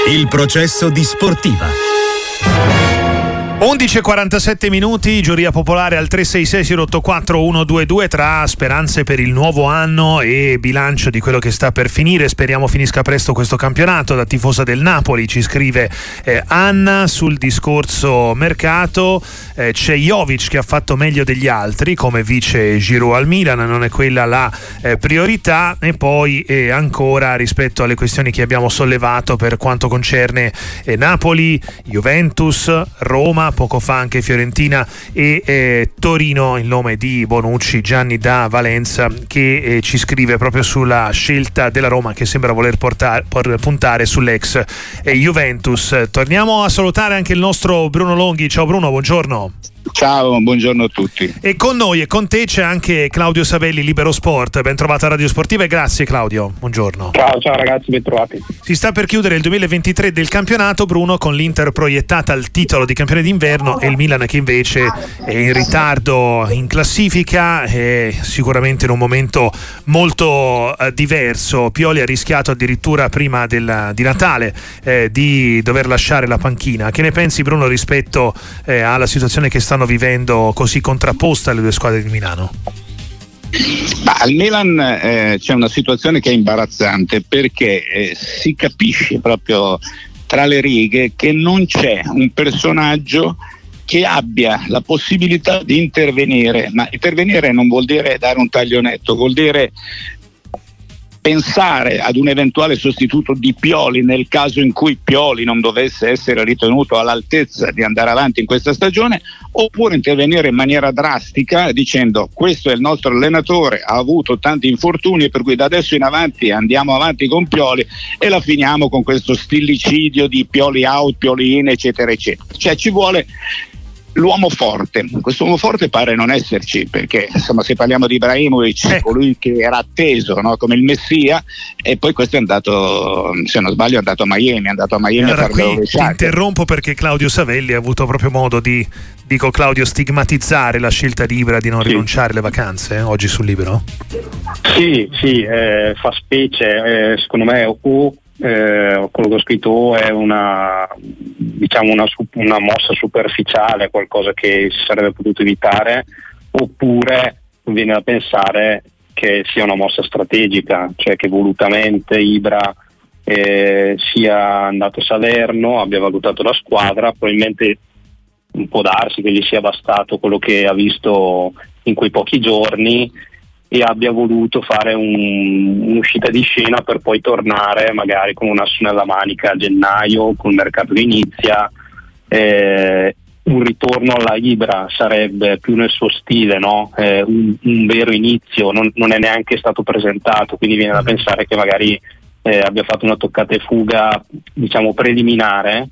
Il processo di Sportiva. 11:47 minuti, giuria popolare al 366-084-122 tra speranze per il nuovo anno e bilancio di quello che sta per finire. Speriamo finisca presto questo campionato. Da tifosa del Napoli ci scrive Anna sul discorso mercato. C'è Jovic che ha fatto meglio degli altri come vice Giroud al Milan, non è quella la priorità. E poi ancora rispetto alle questioni che abbiamo sollevato per quanto concerne Napoli, Juventus, Roma, poco fa anche Fiorentina e Torino, il nome di Bonucci, Gianni da Valenza, che ci scrive proprio sulla scelta della Roma che sembra voler puntare sull'ex Juventus. Torniamo a salutare anche il nostro Bruno Longhi. Ciao Bruno, buongiorno. Ciao, buongiorno a tutti. E con noi e con te c'è anche Claudio Savelli, Libero Sport. Ben trovato a Radio Sportiva e grazie Claudio, buongiorno. Ciao ragazzi, ben trovati. Si sta per chiudere il 2023 del campionato, Bruno, con l'Inter proiettata al titolo di campione d'inverno e il Milan che invece è in ritardo in classifica, è sicuramente in un momento molto diverso. Pioli ha rischiato addirittura prima di Natale di dover lasciare la panchina. Che ne pensi Bruno rispetto alla situazione che stanno vivendo così contrapposta le due squadre di Milano? Al Milan c'è una situazione che è imbarazzante perché si capisce proprio tra le righe che non c'è un personaggio che abbia la possibilità di intervenire, ma intervenire non vuol dire dare un taglio netto, vuol dire pensare ad un eventuale sostituto di Pioli nel caso in cui Pioli non dovesse essere ritenuto all'altezza di andare avanti in questa stagione, oppure intervenire in maniera drastica dicendo questo è il nostro allenatore, ha avuto tanti infortuni per cui da adesso in avanti andiamo avanti con Pioli e la finiamo con questo stillicidio di Pioli out, Pioli in, eccetera eccetera. Cioè ci vuole l'uomo forte. Questo uomo forte pare non esserci, perché insomma se parliamo di Ibrahimovic, colui che era atteso, no, come il messia, e poi questo è andato, se non sbaglio è andato a Miami allora, a fare qui ti interrompo perché Claudio Savelli ha avuto proprio modo di, dico Claudio, stigmatizzare la scelta di Ibra di non rinunciare alle vacanze oggi sul Libero. Sì, fa specie, secondo me quello che ho scritto è una mossa superficiale, qualcosa che si sarebbe potuto evitare, oppure viene da pensare che sia una mossa strategica, cioè che volutamente Ibra sia andato a Salerno, abbia valutato la squadra, probabilmente può darsi che gli sia bastato quello che ha visto in quei pochi giorni e abbia voluto fare un'uscita di scena per poi tornare magari con un asso nella manica a gennaio, con il mercato che inizia. Un ritorno alla Ibra sarebbe più nel suo stile, no? Un vero inizio non è neanche stato presentato, quindi viene da pensare che magari abbia fatto una toccata e fuga, diciamo, preliminare,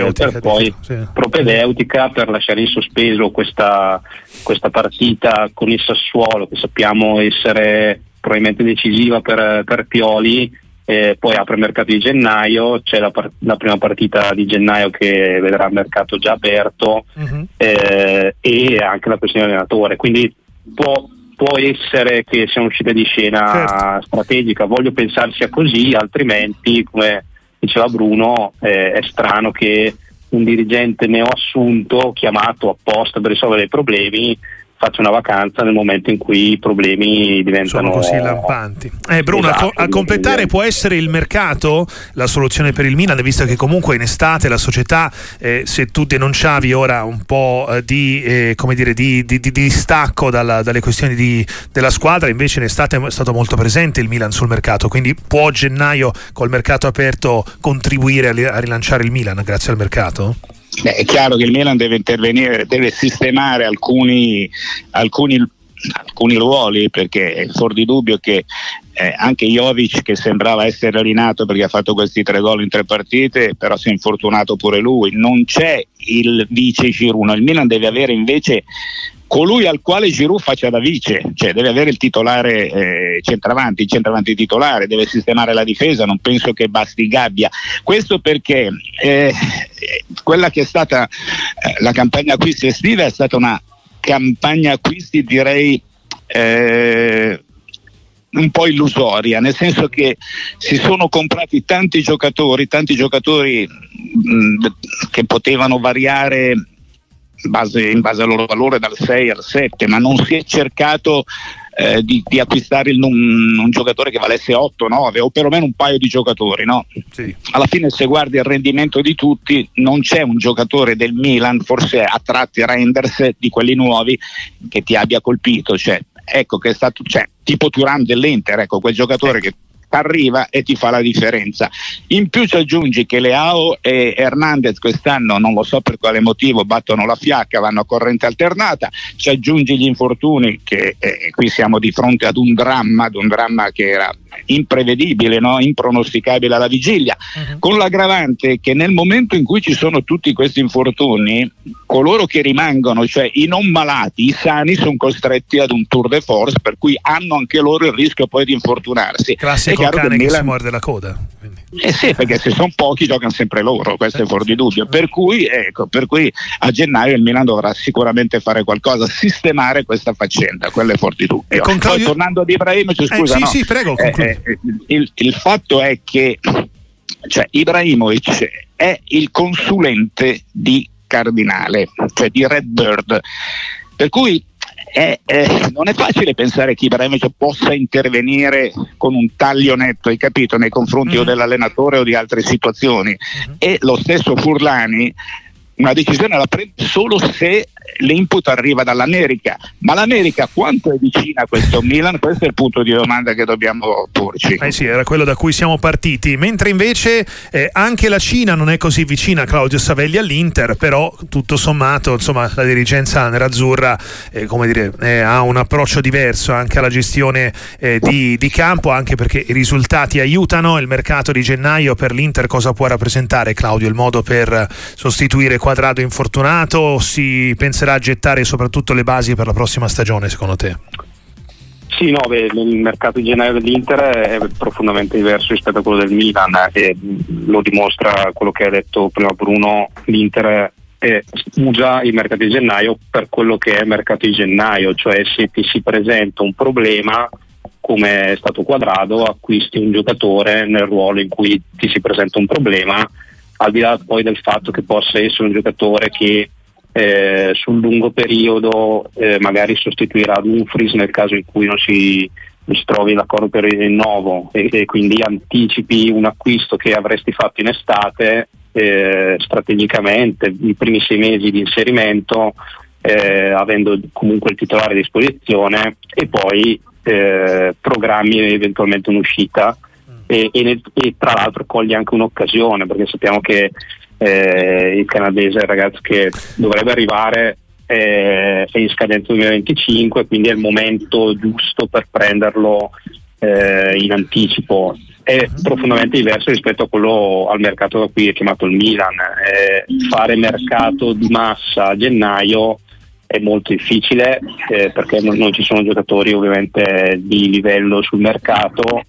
propedeutica per lasciare in sospeso questa partita con il Sassuolo, che sappiamo essere probabilmente decisiva per Pioli. Poi apre il mercato di gennaio, c'è la prima partita di gennaio che vedrà il mercato già aperto, e anche la questione allenatore, quindi può essere che sia un'uscita di scena strategica. Voglio pensare sia così, altrimenti, come diceva Bruno, è strano che un dirigente neoassunto, chiamato apposta per risolvere i problemi, faccia una vacanza nel momento in cui i problemi diventano così lampanti. Bruno, esatto, a completare può essere il mercato la soluzione per il Milan, visto che comunque in estate la società, se tu denunciavi ora un po' di distacco dalle questioni della squadra, invece in estate è stato molto presente il Milan sul mercato, quindi può a gennaio col mercato aperto contribuire a rilanciare il Milan grazie al mercato? È chiaro che il Milan deve intervenire, deve sistemare alcuni ruoli, perché è fuori di dubbio che anche Jovic, che sembrava essere rinato perché ha fatto questi 3 gol in 3 partite, però si è infortunato pure lui. Non c'è il vice Giroud, il Milan deve avere invece colui al quale Giroud faccia da vice, cioè deve avere il titolare il centravanti titolare, deve sistemare la difesa, non penso che basti Gabbia. Questo perché quella che è stata la campagna acquisti estiva è stata una campagna acquisti, direi, un po' illusoria, nel senso che si sono comprati tanti giocatori che potevano variare in base al loro valore dal 6 al 7, ma non si è cercato di acquistare un giocatore che valesse 8, 9 o perlomeno un paio di giocatori, no? Sì. Alla fine, se guardi il rendimento di tutti, non c'è un giocatore del Milan, forse a tratti Reinders, di quelli nuovi, che ti abbia colpito, ecco, che è stato, tipo Thuram dell'Inter, ecco, quel giocatore che arriva e ti fa la differenza. In più ci aggiungi che Leao e Hernandez quest'anno, non lo so per quale motivo, battono la fiacca, vanno a corrente alternata, ci aggiungi gli infortuni, che qui siamo di fronte ad un dramma che era imprevedibile, no? Impronosticabile alla vigilia, con l'aggravante che nel momento in cui ci sono tutti questi infortuni, coloro che rimangono, cioè i non malati, i sani, sono costretti ad un tour de force, per cui hanno anche loro il rischio poi di infortunarsi. Classico cane che si morde la coda. Sì, perché se sono pochi giocano sempre loro, questo è fuori di dubbio, per cui a gennaio il Milan dovrà sicuramente fare qualcosa, sistemare questa faccenda, quello è fuori di dubbio. Poi tornando ad Ibrahimovic, scusa, sì, prego, il fatto è che Ibrahimovic è il consulente di Cardinale, cioè di Redbird, per cui non è facile pensare che Ibrahimovic possa intervenire con un taglio netto, hai capito, nei confronti o dell'allenatore o di altre situazioni. E lo stesso Furlani una decisione la prende solo se l'input arriva dall'America, ma l'America quanto è vicina a questo Milan? Questo è il punto di domanda che dobbiamo porci. Sì, era quello da cui siamo partiti, mentre invece anche la Cina non è così vicina, Claudio Savelli, all'Inter, però tutto sommato, insomma, la dirigenza nerazzurra ha un approccio diverso anche alla gestione di campo, anche perché i risultati aiutano. Il mercato di gennaio per l'Inter cosa può rappresentare, Claudio? Il modo per sostituire Quadrado infortunato? Si penserà a gettare soprattutto le basi per la prossima stagione, secondo te? Sì, il mercato di gennaio dell'Inter è profondamente diverso rispetto a quello del Milan, e lo dimostra quello che ha detto prima Bruno. L'Inter usa il mercato di gennaio per quello che è il mercato di gennaio, cioè se ti si presenta un problema come è stato Quadrado, acquisti un giocatore nel ruolo in cui ti si presenta un problema, al di là poi del fatto che possa essere un giocatore che sul lungo periodo magari sostituirà Dumfries nel caso in cui non si trovi l'accordo per il rinnovo, e quindi anticipi un acquisto che avresti fatto in estate strategicamente, i primi 6 mesi di inserimento, avendo comunque il titolare a disposizione, e poi programmi eventualmente un'uscita. E tra l'altro coglie anche un'occasione, perché sappiamo che il canadese, il ragazzo che dovrebbe arrivare, è in scadenza 2025, quindi è il momento giusto per prenderlo in anticipo. È profondamente diverso rispetto a quello, al mercato da cui è chiamato il Milan. Fare mercato di massa a gennaio è molto difficile, perché non ci sono giocatori ovviamente di livello sul mercato,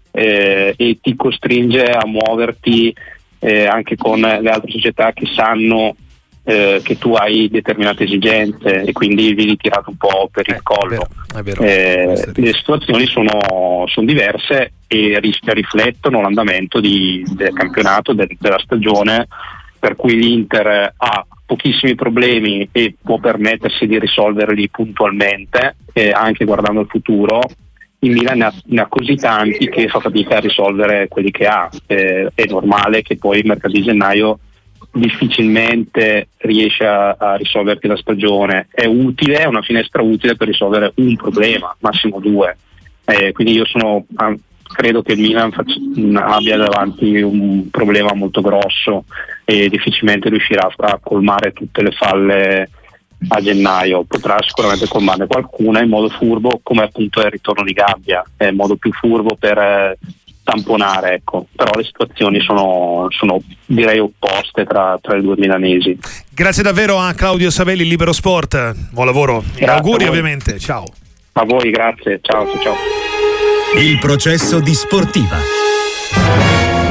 e ti costringe a muoverti anche con le altre società che sanno che tu hai determinate esigenze, e quindi vieni tirato un po' per il collo. È vero. Le situazioni sono diverse e riflettono l'andamento del campionato, della stagione, per cui l'Inter ha pochissimi problemi e può permettersi di risolverli puntualmente, anche guardando il futuro. Il Milan ne ha così tanti che fa fatica a risolvere quelli che ha. È normale che poi il mercato di gennaio difficilmente riesce a risolverti la stagione. È utile, è una finestra utile per risolvere un problema, massimo 2. Quindi io credo che il Milan abbia davanti un problema molto grosso e difficilmente riuscirà a colmare tutte le falle a gennaio. Potrà sicuramente colmarne qualcuna in modo furbo, come appunto è il ritorno di Gabbia, è il modo più furbo per tamponare, ecco. Però le situazioni sono direi opposte tra i due milanesi. Grazie davvero a Claudio Savelli, Libero Sport, buon lavoro e auguri ovviamente, ciao. A voi, grazie, ciao. Il processo di Sportiva.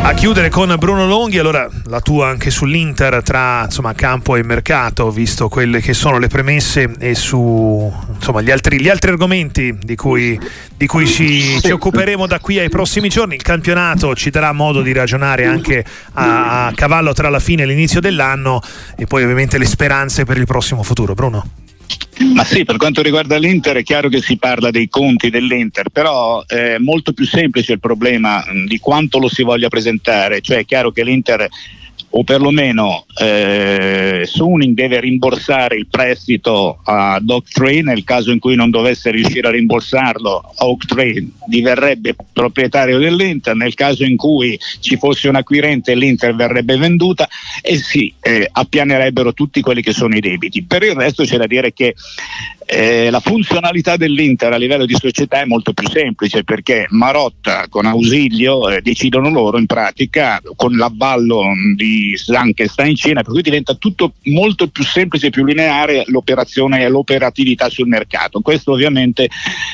A chiudere con Bruno Longhi, allora la tua anche sull'Inter, tra insomma campo e mercato, visto quelle che sono le premesse, e su insomma gli altri argomenti di cui ci occuperemo da qui ai prossimi giorni. Il campionato ci darà modo di ragionare anche a cavallo tra la fine e l'inizio dell'anno, e poi ovviamente le speranze per il prossimo futuro. Bruno? Ma sì, per quanto riguarda l'Inter è chiaro che si parla dei conti dell'Inter, però è molto più semplice il problema di quanto lo si voglia presentare. Cioè è chiaro che l'Inter, o perlomeno Suning, deve rimborsare il prestito a Oaktree. Nel caso in cui non dovesse riuscire a rimborsarlo, Oaktree diverrebbe proprietario dell'Inter. Nel caso in cui ci fosse un acquirente, l'Inter verrebbe venduta e appianerebbero tutti quelli che sono i debiti. Per il resto c'è da dire che la funzionalità dell'Inter a livello di società è molto più semplice, perché Marotta con Ausilio decidono loro in pratica, con l'avvallo di Zhang che sta in Cina, per cui diventa tutto molto più semplice e più lineare l'operazione e l'operatività sul mercato. Questo ovviamente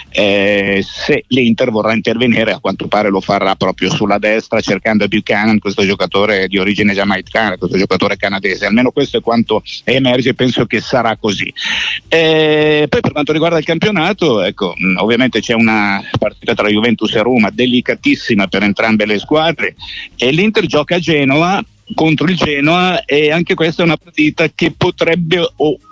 se l'Inter vorrà intervenire, a quanto pare lo farà proprio sulla destra, cercando Buchanan, questo giocatore di origine giamaicana, questo giocatore canadese. Almeno questo è quanto emerge, penso che sarà così. Poi per quanto riguarda il campionato, ecco, ovviamente c'è una partita tra Juventus e Roma delicatissima per entrambe le squadre, e l'Inter gioca a Genova contro il Genoa, e anche questa è una partita che potrebbe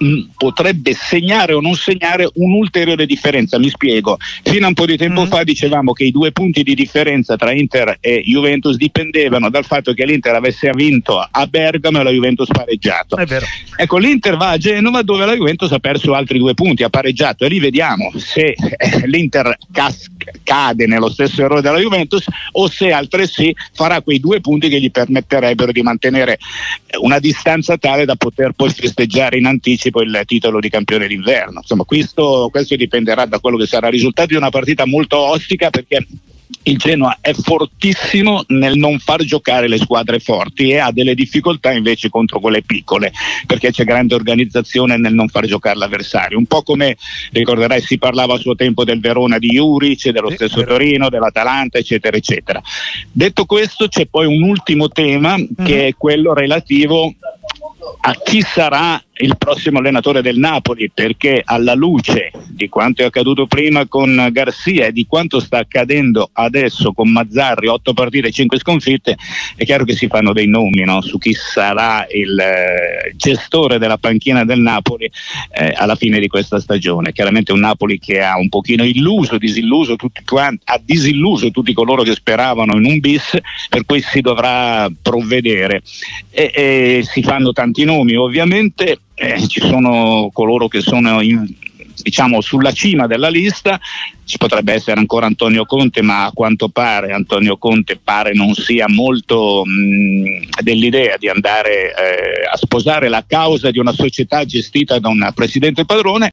segnare o non segnare un'ulteriore differenza. Mi spiego: fino a un po' di tempo fa dicevamo che i 2 punti di differenza tra Inter e Juventus dipendevano dal fatto che l'Inter avesse vinto a Bergamo e la Juventus pareggiato. È vero. Ecco, l'Inter va a Genova dove la Juventus ha perso altri 2 punti, ha pareggiato, e lì vediamo se l'Inter cade nello stesso errore della Juventus, o se altresì farà quei 2 punti che gli permetterebbero di mantenere una distanza tale da poter poi festeggiare in anticipo il titolo di campione d'inverno. Insomma, questo dipenderà da quello che sarà il risultato di una partita molto ostica, perché il Genoa è fortissimo nel non far giocare le squadre forti e ha delle difficoltà invece contro quelle piccole, perché c'è grande organizzazione nel non far giocare l'avversario. Un po' come ricorderai si parlava a suo tempo del Verona di Juric, dello stesso Torino, dell'Atalanta, eccetera eccetera. Detto questo, c'è poi un ultimo tema che è quello relativo a chi sarà il prossimo allenatore del Napoli, perché alla luce di quanto è accaduto prima con Garcia e di quanto sta accadendo adesso con Mazzarri, 8 partite, 5 sconfitte, è chiaro che si fanno dei nomi, no? Su chi sarà il gestore della panchina del Napoli alla fine di questa stagione. Chiaramente un Napoli che ha un pochino disilluso tutti coloro che speravano in un bis, per cui si dovrà provvedere e si fanno tanti nomi ovviamente. Ci sono coloro che sono sulla cima della lista. Ci potrebbe essere ancora Antonio Conte, ma a quanto pare Antonio Conte pare non sia molto dell'idea di andare a sposare la causa di una società gestita da un presidente padrone.